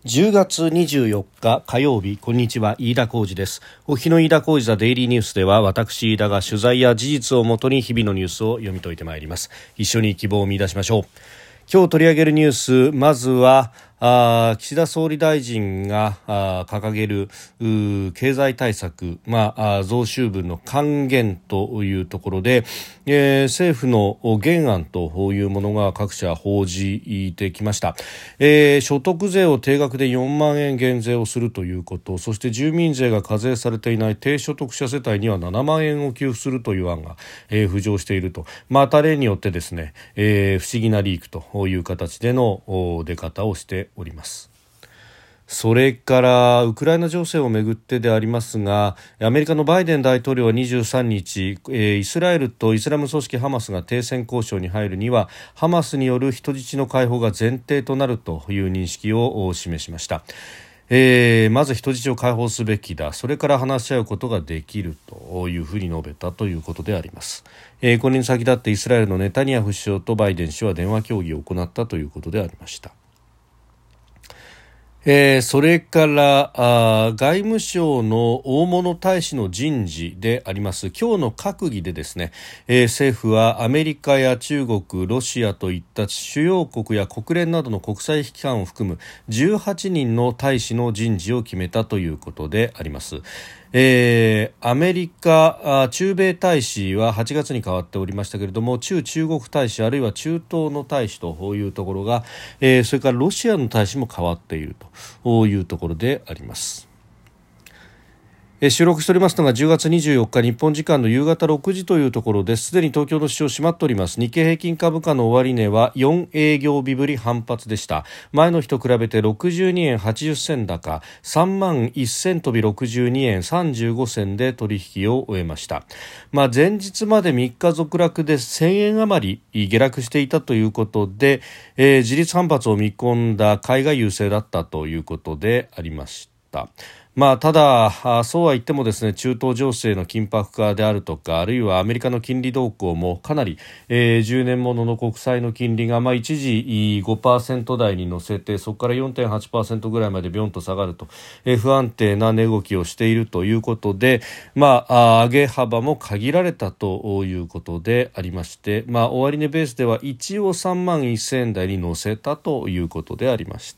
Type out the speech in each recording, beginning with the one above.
10月24日火曜日、こんにちは、飯田浩司です。お日の飯田浩司ザデイリーニュースでは、私飯田が取材や事実をもとに日々のニュースを読み解いてまいります。一緒に希望を見出しましょう。今日取り上げるニュース、まずは岸田総理大臣が掲げる経済対策、増収分の還元というところで、政府の原案というものが各社報じてきました。所得税を定額で4万円減税をするということ、そして住民税が課税されていない低所得者世帯には7万円を給付するという案が、浮上していると。また例によってですね、不思議なリークという形での出方をしております。それからウクライナ情勢をめぐってでありますが、アメリカのバイデン大統領は23日、イスラエルとイスラム組織ハマスが停戦交渉に入るにはハマスによる人質の解放が前提となるという認識を示しました。まず人質を解放すべきだ、それから話し合うことができるというふうに述べたということであります。これに先立ってイスラエルのネタニヤフ首相とバイデン氏は電話協議を行ったということでありました。それから外務省の大物大使の人事であります今日の閣議でですね、政府はアメリカや中国、ロシアといった主要国や国連などの国際機関を含む18人の大使の人事を決めたということであります。アメリカ駐米大使は8月に変わっておりましたけれども、中国大使あるいは中東の大使というところが、それからロシアの大使も変わっているというところであります。収録しておりますのが10月24日日本時間の夕方6時というところです。すでに東京の市場閉まっております。日経平均株価の終値は4営業日ぶり反発でした。前の日と比べて62円80銭高、3万1000飛び62円35銭で取引を終えました。前日まで3日続落で1000円余り下落していたということで、自立反発を見込んだ買いが優勢だったということでありました。ただそうは言ってもですね、中東情勢の緊迫化であるとか、あるいはアメリカの金利動向もかなり、10年ものの国債の金利が一時 5% 台に乗せて、そこから 4.8% ぐらいまでビョンと下がると、不安定な値動きをしているということで、上げ幅も限られたということでありまして、終値ベースでは一応3万1000円台に乗せたということでありました。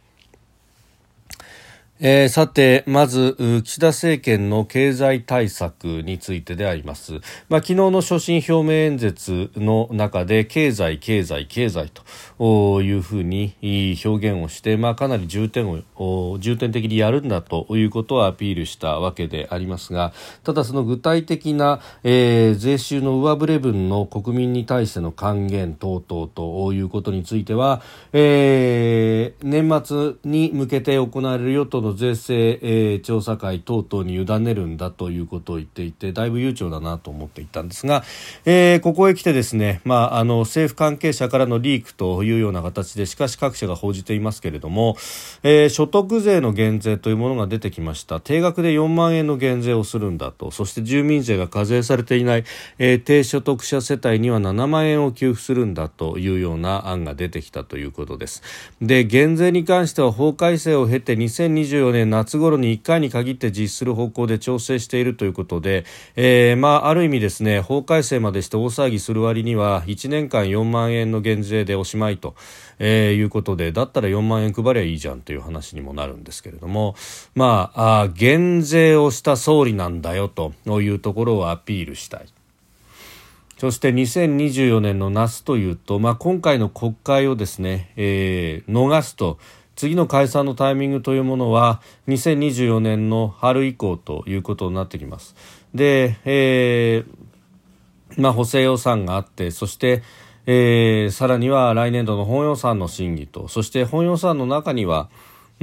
さてまず岸田政権の経済対策についてであります。昨日の所信表明演説の中で経済というふうに表現をして、かなり重点的にやるんだということをアピールしたわけでありますが、ただその具体的な、税収の上振れ分の国民に対しての還元等々ということについては、年末に向けて行われる与党の税制、調査会等々に委ねるんだということを言っていて、だいぶ悠長だなと思っていたんですが、ここへ来てですね、政府関係者からのリークというような形でしかし各社が報じていますけれども、所得税の減税というものが出てきました。定額で4万円の減税をするんだと。そして住民税が課税されていない、低所得者世帯には7万円を給付するんだというような案が出てきたということです。で、減税に関しては法改正を経て2024年夏頃に1回に限って実施する方向で調整しているということで、ある意味ですね、法改正までして大騒ぎする割には1年間4万円の減税でおしまいと、いうことで、だったら4万円配りゃいいじゃんという話にもなるんですけれども、減税をした総理なんだよというところをアピールしたい。そして2024年の夏というと、今回の国会をですね、逃すと、次の解散のタイミングというものは2024年の春以降ということになってきます。で、補正予算があって、そして、さらには来年度の本予算の審議と、そして本予算の中には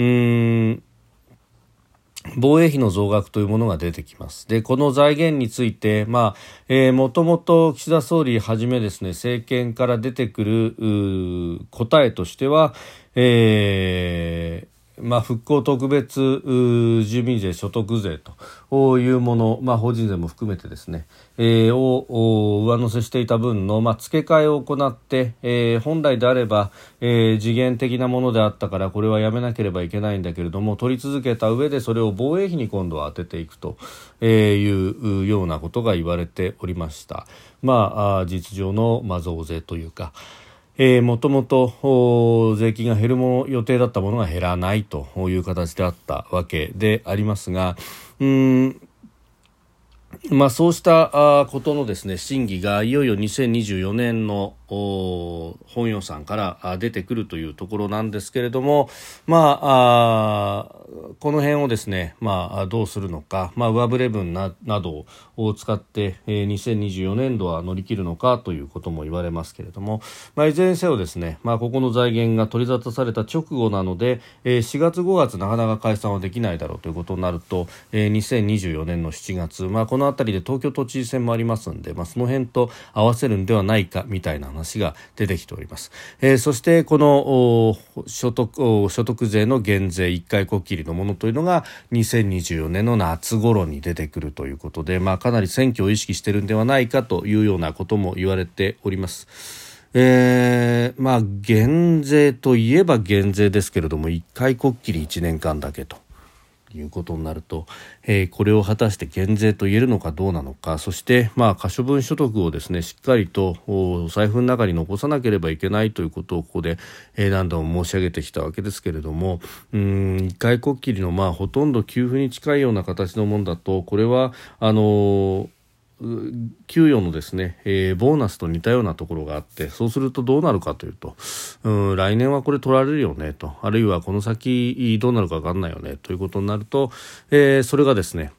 防衛費の増額というものが出てきます。で、この財源について、もともと岸田総理はじめですね、政権から出てくる答えとしては、 復興特別住民税所得税というもの、法人税も含めてですね、を上乗せしていた分の、付け替えを行って、本来であれば、時限的なものであったからこれはやめなければいけないんだけれども、取り続けた上でそれを防衛費に今度は当てていくというようなことが言われておりました。実情の増税というか、もともと税金が減る予定だったものが減らないという形であったわけでありますが、そうしたことのですね、審議がいよいよ2024年の本予算から出てくるというところなんですけれども、この辺をですね、どうするのか、上振れ分などを使って、2024年度は乗り切るのかということも言われますけれども、いずれにせよですね、ここの財源が取り沙汰された直後なので、4月5月なかなか解散はできないだろうということになると、2024年の7月、このあたりで東京都知事選もありますので、その辺と合わせるんではないかみたいな話が出てきております。そしてこの所得税の減税1回こっきりのものというのが2024年の夏頃に出てくるということで、かなり選挙を意識しているんではないかというようなことも言われております。減税といえば減税ですけれども、1回こっきり1年間だけということになると、これを果たして減税と言えるのかどうなのか、そして可処分所得をですね、しっかりと財布の中に残さなければいけないということをここで、何度も申し上げてきたわけですけれども、一回こっきりのほとんど給付に近いような形のものだと、これは給与のですね、ボーナスと似たようなところがあって、そうするとどうなるかというと、来年はこれ取られるよねと、あるいはこの先どうなるか分かんないよねということになると、それがですね、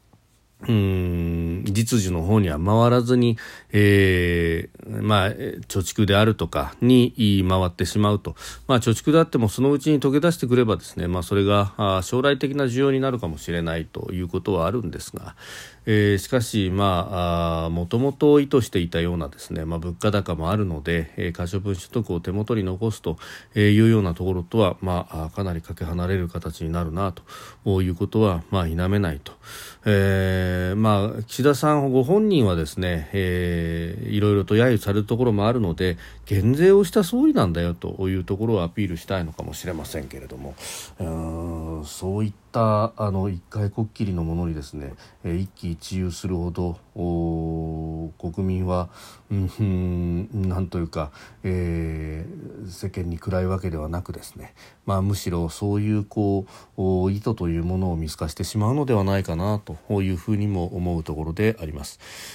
実需の方には回らずに、貯蓄であるとかに回ってしまうと、貯蓄であってもそのうちに溶け出してくればですね、それが将来的な需要になるかもしれないということはあるんですが、しかしもともと意図していたようなですね、物価高もあるので、可処分所得を手元に残すというようなところとはかなりかけ離れる形になるなということは否めないと。岸田さんご本人はですね、いろいろと揶揄されるところもあるので、減税をした総理なんだよというところをアピールしたいのかもしれませんけれども、そういった一回こっきりのものにですね、一喜一憂するほど国民はなんというか、世間に暗いわけではなくですね、むしろそういう意図というものを見透かしてしまうのではないかなというふうにも思うところであります。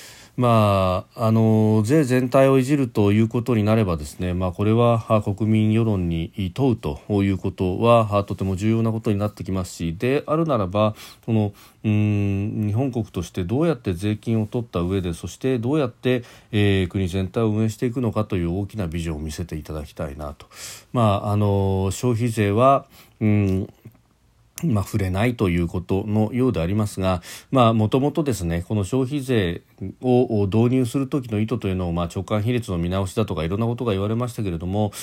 税全体をいじるということになればですね、これは国民世論に問うということはとても重要なことになってきますし、であるならばこの日本国としてどうやって税金を取った上で、そしてどうやって、国全体を運営していくのかという大きなビジョンを見せていただきたいなと。消費税は触れないということのようでありますが、もともとですね、この消費税を導入するときの意図というのを、直間比率の見直しだとかいろんなことが言われましたけれども、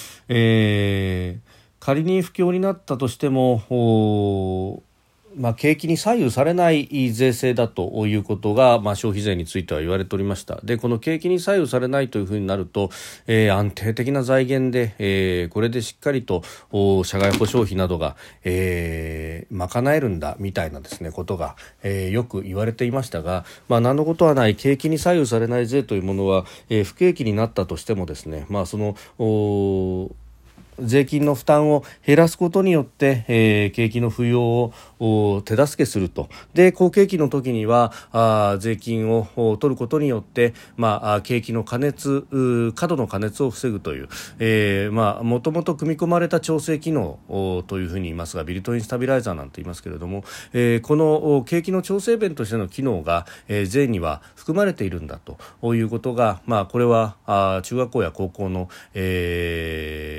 仮に不況になったとしても景気に左右されない税制だということが、消費税については言われておりました。で、この景気に左右されないというふうになると、安定的な財源で、これでしっかりと社外保障費などが、賄えるんだみたいなですねことが、よく言われていましたが、何のことはない景気に左右されない税というものは、不景気になったとしてもですね、その税金の負担を減らすことによって、景気の浮揚を手助けすると。で、好景気の時には税金を取ることによって、景気の過度の過熱を防ぐという、もともと組み込まれた調整機能というふうに言いますが、ビルトインスタビライザーなんて言いますけれども、この景気の調整弁としての機能が、税には含まれているんだということが、これは中学校や高校の、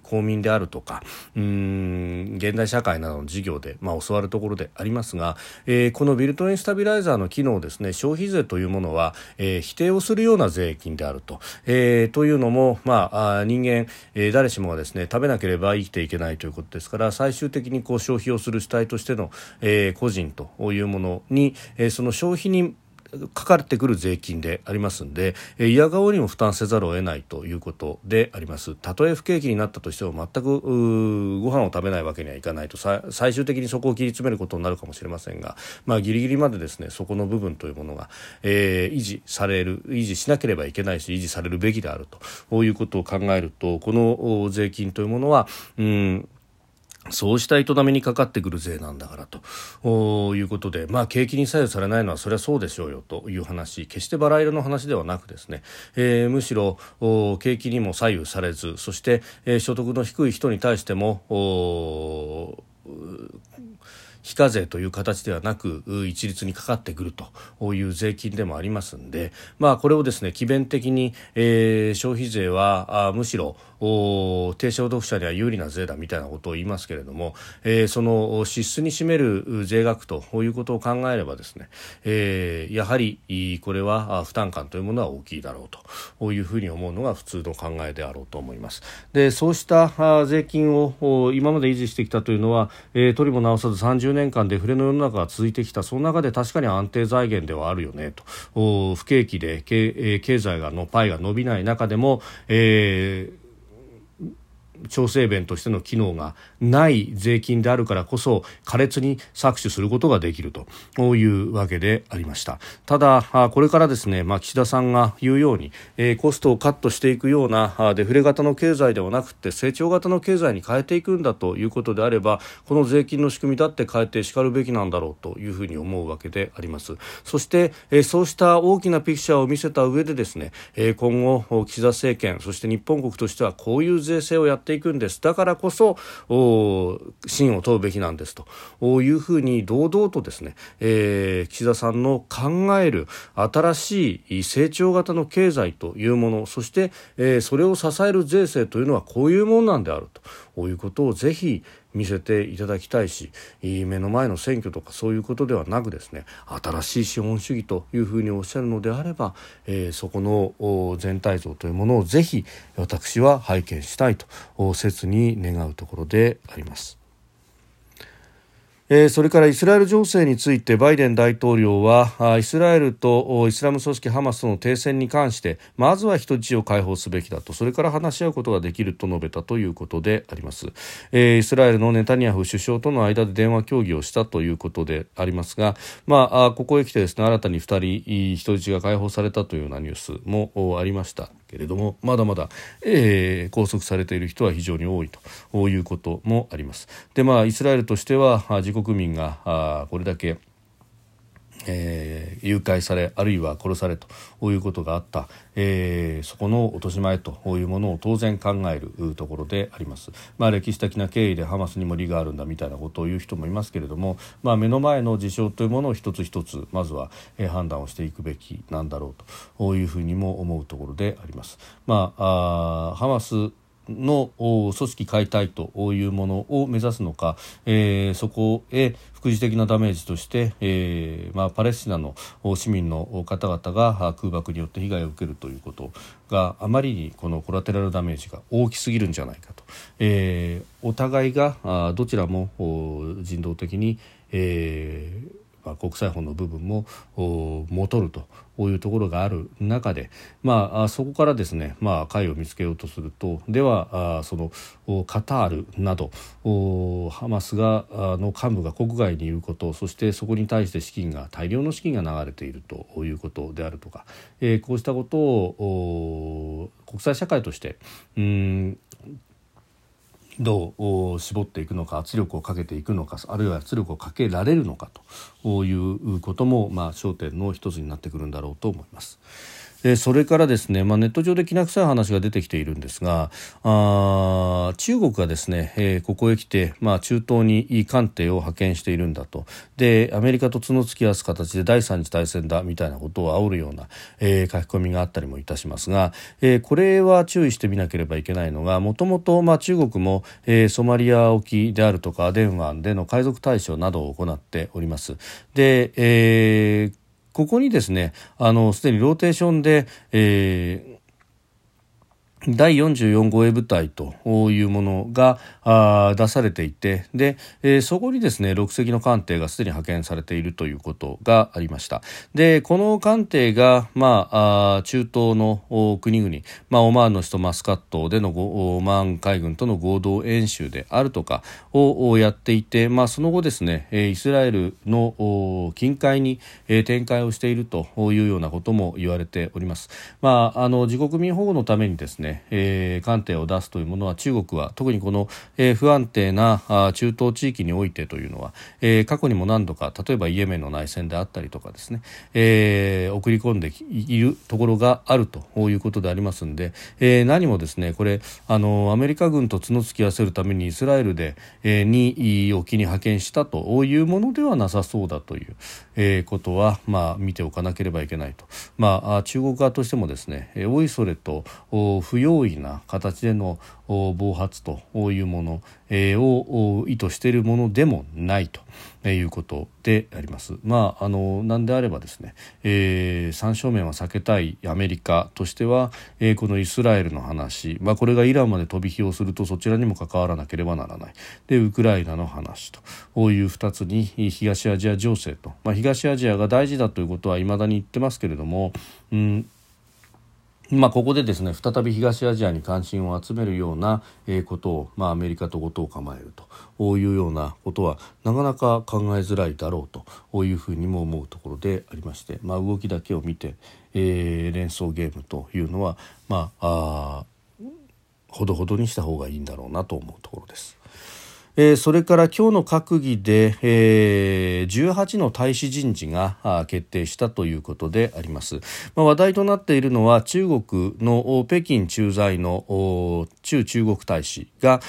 公民であるとか現代社会などの授業で、教わるところでありますが、このビルトインスタビライザーの機能ですね、消費税というものは、否定をするような税金であると、というのも、人間、誰しもがですね食べなければ生きていけないということですから、最終的に消費をする主体としての、個人というものに、その消費にかかってくる税金でありますので、嫌顔にも負担せざるを得ないということであります。たとえ不景気になったとしても全くご飯を食べないわけにはいかないと、最終的にそこを切り詰めることになるかもしれませんが、ギリギリまでですねそこの部分というものが、維持しなければいけないし、維持されるべきであるということを考えると、この税金というものはそうした営みにかかってくる税なんだからということで、景気に左右されないのはそれはそうでしょうよという話、決してバラ色の話ではなくですね、むしろ景気にも左右されず、そして、所得の低い人に対しても非課税という形ではなく一律にかかってくるという税金でもありますので、これをですね基弁的に、消費税はむしろ低所得者には有利な税だみたいなことを言いますけれども、その支出に占める税額ということを考えればですね、やはりこれは負担感というものは大きいだろうというふうに思うのが普通の考えであろうと思います。で、そうした税金を今まで維持してきたというのは、取りも直さず30年間デフレの世の中が続いてきた。その中で確かに安定財源ではあるよねと。不景気で経済のパイが伸びない中でも、調整弁としての機能がない税金であるからこそ苛烈に搾取することができるというわけでありました。ただこれからですね、岸田さんが言うように、コストをカットしていくようなデフレ型の経済ではなくて成長型の経済に変えていくんだということであれば、この税金の仕組みだって変えてしかるべきなんだろうというふうに思うわけであります。そして、そうした大きなピクチャーを見せた上でですね、今後岸田政権そして日本国としてはこういう税制をやっていくんです、だからこそ信を問うべきなんですというふうに堂々とですね、岸田さんの考える新しい成長型の経済というもの、そして、それを支える税制というのはこういうものなんであるということをぜひ見せていただきたいし、目の前の選挙とかそういうことではなくですね、新しい資本主義というふうにおっしゃるのであれば、そこの全体像というものをぜひ私は拝見したいと切に願うところであります。それからイスラエル情勢についてバイデン大統領はイスラエルとイスラム組織ハマスとの停戦に関してまずは人質を解放すべきだと、それから話し合うことができると述べたということであります。イスラエルのネタニヤフ首相との間で電話協議をしたということでありますが、ここへ来てですね、新たに2人人質が解放されたというようなニュースもありましたけれども、まだまだ、拘束されている人は非常に多いということもあります。で、イスラエルとしては自国民がこれだけ誘拐されあるいは殺されということがあった、そこの落とし前というものを当然考えるところであります。歴史的な経緯でハマスにも利があるんだみたいなことを言う人もいますけれども、目の前の事象というものを一つ一つまずは、判断をしていくべきなんだろうというふうにも思うところであります。ハマスの組織解体というものを目指すのか、そこへ副次的なダメージとして、パレスチナの市民の方々が空爆によって被害を受けるということがあまりにこのコラテラルダメージが大きすぎるんじゃないかと、お互いがどちらも人道的に、国際法の部分も戻るというところがある中で、そこからですね、解を見つけようとすると、ではそのカタールなどハマスの幹部が国外にいること、そしてそこに対して大量の資金が流れているということであるとか、こうしたことを国際社会としてどう絞っていくのか、圧力をかけていくのか、あるいは圧力をかけられるのかということも、焦点の一つになってくるんだろうと思います。 それからですね、ネット上できな臭い話が出てきているんですが、中国がですね、ここへ来て、中東に艦艇を派遣しているんだと。で、アメリカと角突き合わす形で第三次大戦だみたいなことを煽るような、書き込みがあったりもいたしますが、これは注意してみなければいけないのが、もともと中国も、ソマリア沖であるとかアデン湾での海賊対処などを行っております。で、ここにですね、すでにローテーションで、第44護衛部隊というものが出されていて、で、そこにですね6隻の艦艇がすでに派遣されているということがありました。で、この艦艇が、中東の国々、オマーンの首都マスカットでのオマーン海軍との合同演習であるとかをやっていて、その後ですねイスラエルの近海に展開をしているというようなことも言われております。自国民保護のためにですね艦艇を出すというものは、中国は特にこの、不安定な中東地域においてというのは、過去にも何度か、例えばイエメンの内戦であったりとかですね、送り込んでいるところがあるということでありますので、何もですねこれアメリカ軍と角突き合わせるためにイスラエルで、に沖に派遣したというものではなさそうだという、ことは、見ておかなければいけないと。中国側としてもですね、おいそれと不用意な形での暴発というもの、を意図しているものでもないということであります。なんであればですね、三正面は避けたいアメリカとしては、このイスラエルの話、これがイランまで飛び火をするとそちらにも関わらなければならない。で、ウクライナの話という2つに東アジア情勢と、東アジアが大事だということは未だに言ってますけれども、ここでですね再び東アジアに関心を集めるようなことを、アメリカと事を構えるというようなことはなかなか考えづらいだろうというふうにも思うところでありまして、動きだけを見て、連想ゲームというのはほどほどにした方がいいんだろうなと思うところです。それから今日の閣議で、18の大使人事が決定したということであります。話題となっているのは中国の北京駐在の中国大使が、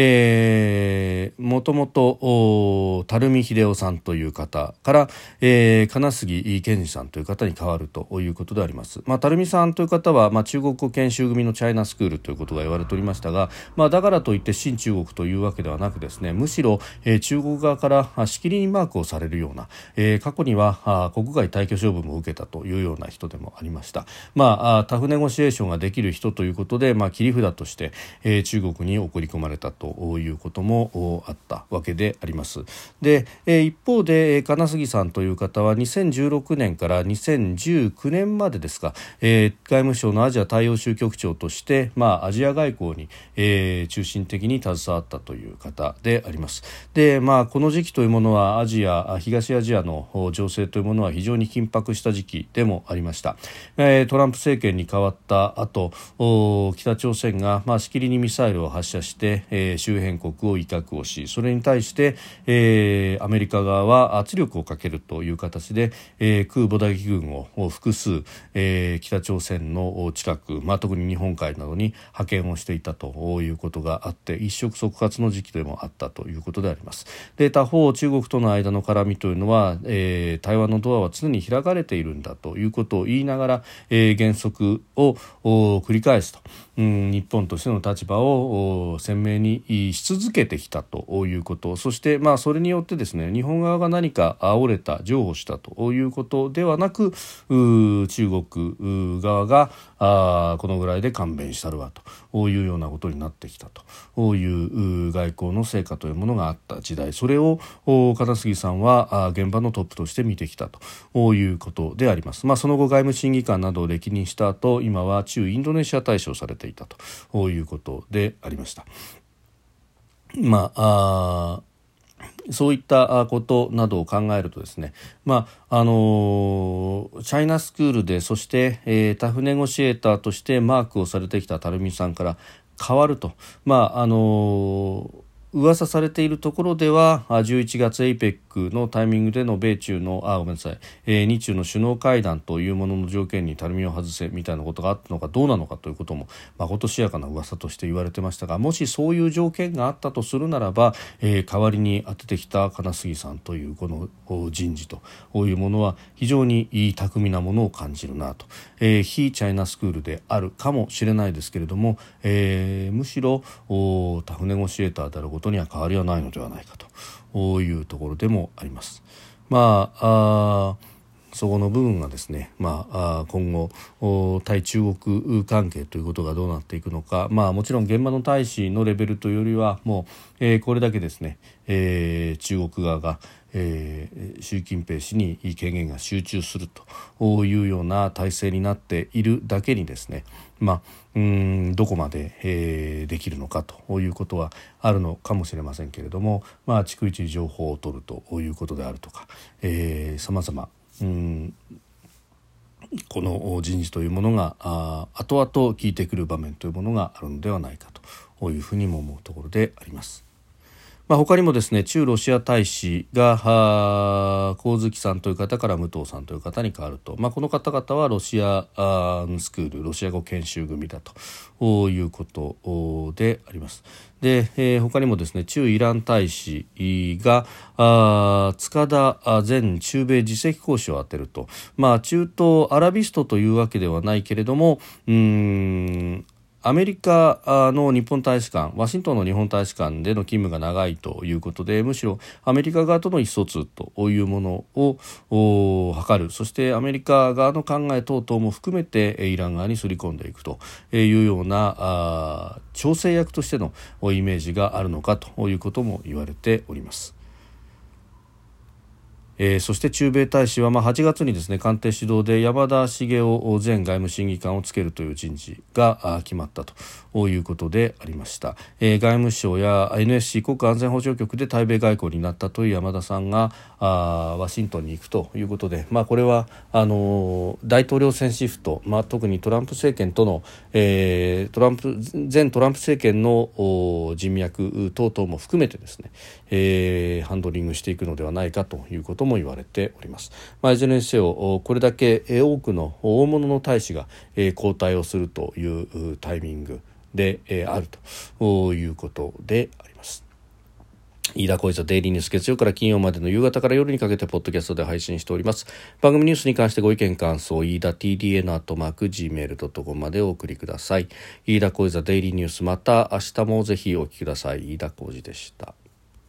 もともと垂水秀夫さんという方から、金杉健二さんという方に変わるということであります。垂水さんという方は、中国語研修組のチャイナスクールということが言われておりましたが、だからといって新中国というわけではなくですね、むしろ、中国側からしきりにマークをされるような、過去には国外退去処分も受けたというような人でもありました。タフネゴシエーションができる人ということで、切り札として、中国に送り込まれたということもあったわけであります。で、一方で金杉さんという方は2016年から2019年までですか、外務省のアジア大洋州局長として、アジア外交に、中心的に携わったという方であります。で、この時期というものは東アジアの情勢というものは非常に緊迫した時期でもありました。トランプ政権に変わった後、北朝鮮が、しきりにミサイルを発射して、周辺国を威嚇をし、それに対して、アメリカ側は圧力をかけるという形で、空母打撃群を複数、北朝鮮の近く、特に日本海などに派遣をしていたということがあって、一触即発の時期でもあったということであります。で、他方中国との間の絡みというのは、対話のドアは常に開かれているんだということを言いながら、原則を繰り返すと、日本としての立場を鮮明にし続けてきたということ、そして、それによってですね日本側が何か折れた譲歩したということではなく、中国側がこのぐらいで勘弁したるわというようなことになってきたという外交の成果というものがあった時代、それを金杉さんは現場のトップとして見てきたということであります。その後外務審議官などを歴任した後、今は駐インドネシア大使をされていたということでありました。そういったことなどを考えるとですね、チャイナスクールで、そして、タフネゴシエーターとしてマークをされてきた垂水さんから変わると、 噂されているところでは11月 APEC のタイミングでの米中のごめんなさい、日中の首脳会談というものの条件にたるみを外せみたいなことがあったのかどうなのかということもまことしやかな噂として言われてましたが、もしそういう条件があったとするならば、代わりに当ててきた金杉さんというこの人事というものは非常に巧みなものを感じるなと、非チャイナスクールであるかもしれないですけれども、むしろタフネゴシエーターであることには変わりはないのではないかというところでもあります。そこの部分がですね、今後対中国関係ということがどうなっていくのか、もちろん現場の大使のレベルというよりはもう、これだけですね、中国側が習近平氏に権限が集中するというような体制になっているだけにですね、どこまで、できるのかということはあるのかもしれませんけれども、逐一情報を取るということであるとか、様々この人事というものが後々効いてくる場面というものがあるのではないかというふうにも思うところであります。他にもですね、駐ロシア大使が上月さんという方から武藤さんという方に変わると、この方々はロシアスクールロシア語研修組だということであります。で、他にもですね、駐イラン大使が塚田前駐米次席公使を当てると、中東アラビストというわけではないけれどもアメリカの日本大使館、ワシントンの日本大使館での勤務が長いということで、むしろアメリカ側との意思疎通というものを図る、そしてアメリカ側の考え等々も含めてイラン側にすり込んでいくというような調整役としてのイメージがあるのかということも言われております。そして駐米大使は8月にですね、官邸主導で山田茂雄前外務審議官をつけるという人事が決まったということでありました。外務省や NSC 国家安全保障局で対米外交になったという山田さんがワシントンに行くということで、これは大統領選シフト、特にトランプ政権との、前トランプ政権の人脈等々も含めてですね、ハンドリングしていくのではないかということも言われております。いずれにせよこれだけ多くの大物の大使が交代をするというタイミングであるということであります。飯田浩司のデイリーニュース、月曜から金曜までの夕方から夜にかけてポッドキャストで配信しております。番組ニュースに関してご意見感想、飯田 TDN@gmail.com までお送りください。飯田浩司のデイリーニュース、また明日もぜひお聞きください。飯田浩司でした。